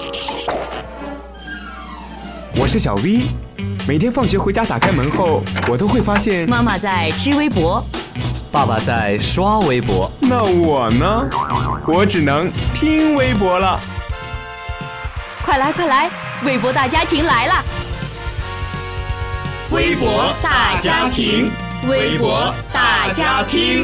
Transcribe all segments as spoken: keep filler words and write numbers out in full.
我是小 V， 每天放学回家打开门后，我都会发现妈妈在织微博， 爸爸在刷微博。 那我呢？我只能听微博了。 快来快来，微博大家庭来了！ 微博大家庭，微博大家庭。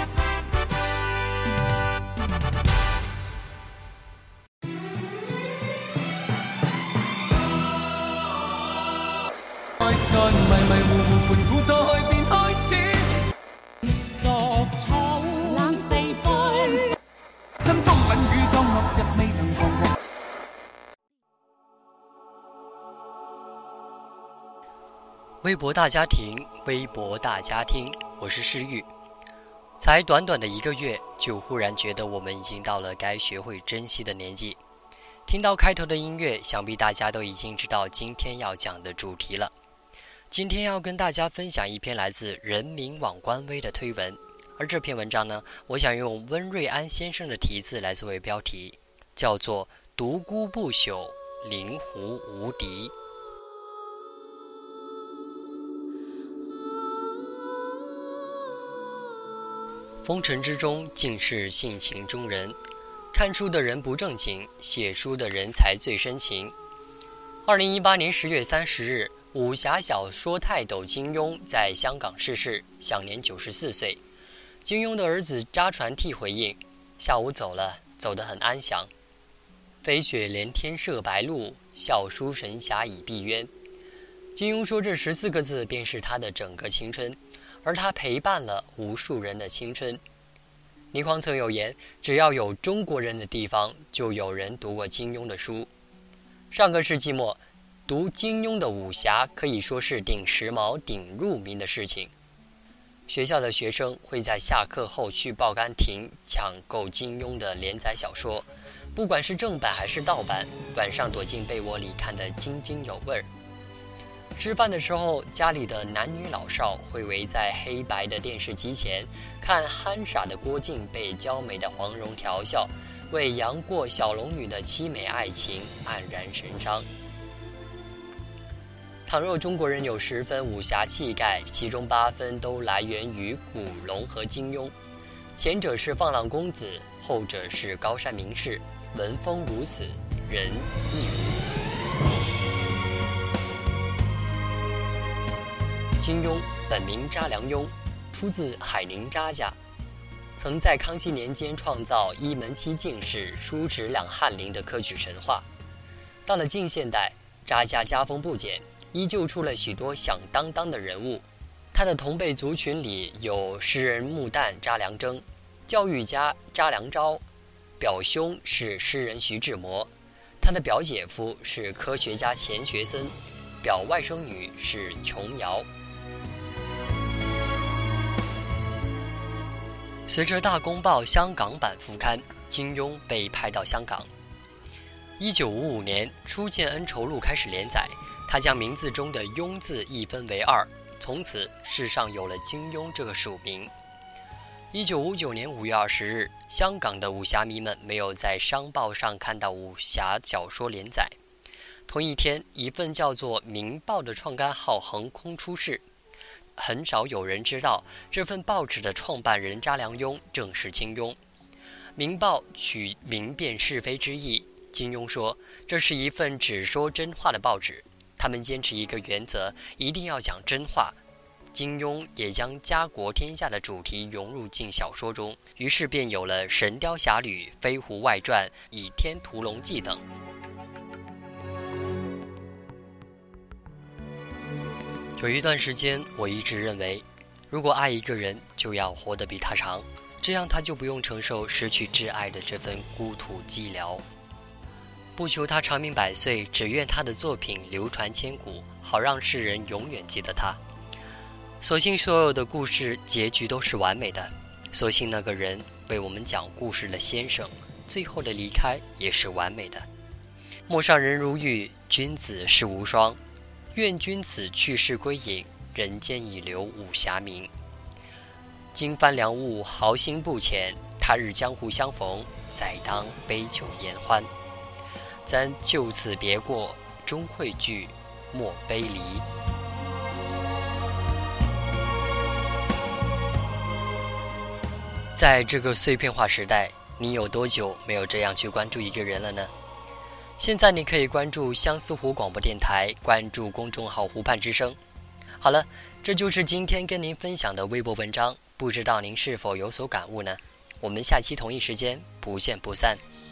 在迷迷糊糊盤古再便開始作草四方，跟風品雨裝落日未曾彷徨。 微博大家庭，微博大家庭，我是诗玉。才短短的一个月，就忽然觉得我们已经到了该学会珍惜的年纪。听到开头的音乐，想必大家都已经知道今天要讲的主题了。今天要跟大家分享一篇来自人民网官微的推文，而这篇文章呢，我想用温瑞安先生的题字来作为标题，叫做独孤不朽，灵狐无敌。风尘之中尽是性情中人，看书的人不正经，写书的人才最深情。二零一八年十月三十日，武侠小说泰斗金庸在香港逝世，享年九十四岁。金庸的儿子扎传替回应：下午走了，走得很安详。飞雪连天射白鹿，笑书神侠倚碧鸳。金庸说这十四个字便是他的整个青春，而他陪伴了无数人的青春。倪匡曾有言：只要有中国人的地方，就有人读过金庸的书。上个世纪末，读金庸的武侠可以说是顶时髦、顶入迷的事情。学校的学生会在下课后去报刊亭抢购金庸的连载小说，不管是正版还是盗版，晚上躲进被窝里看得津津有味儿。吃饭的时候，家里的男女老少会围在黑白的电视机前，看憨傻的郭靖被娇美的黄蓉调笑，为杨过小龙女的凄美爱情黯然神伤。倘若中国人有十分武侠气概，其中八分都来源于古龙和金庸。前者是放浪公子，后者是高山名士，文风如此，人亦如此。金庸本名查良镛，出自海宁查家，曾在康熙年间创造一门七进士、叔侄两翰林的科举神话。到了近现代，查家家风不减，依旧出了许多响当当的人物。他的同辈族群里有诗人穆旦、查良铮，教育家查良钊，表兄是诗人徐志摩，他的表姐夫是科学家钱学森，表外甥女是琼瑶。随着《大公报》香港版复刊，金庸被派到香港。一九五五年，《书剑恩仇录》开始连载，他将名字中的“庸”字一分为二，从此世上有了金庸这个署名。一九五九年五月二十日，香港的武侠迷们没有在商报上看到武侠小说连载。同一天，一份叫做《明报》的创刊号横空出世。很少有人知道，这份报纸的创办人查良镛正是金庸。《明报》取明辨是非之意，金庸说这是一份只说真话的报纸，他们坚持一个原则，一定要讲真话。金庸也将家国天下的主题融入进小说中，于是便有了《神雕侠侣》《飞狐外传》《倚天屠龙记》等。有一段时间，我一直认为，如果爱一个人，就要活得比他长，这样他就不用承受失去挚爱的这份孤独寂寥。不求他长命百岁，只愿他的作品流传千古，好让世人永远记得他。所幸所有的故事结局都是完美的，所幸那个人为我们讲故事的先生，最后的离开也是完美的。陌上人如玉，君子世无双。愿君此去世归隐，人间已留武侠名。金帆良物，豪兴不浅，他日江湖相逢，再当杯酒言欢。 咱就此别过，终会聚，莫悲离。在这个碎片化时代，你有多久没有这样去关注一个人了呢？现在你可以关注相思湖广播电台，关注公众号湖畔之声。好了，这就是今天跟您分享的微博文章，不知道您是否有所感悟呢？我们下期同一时间不见不散。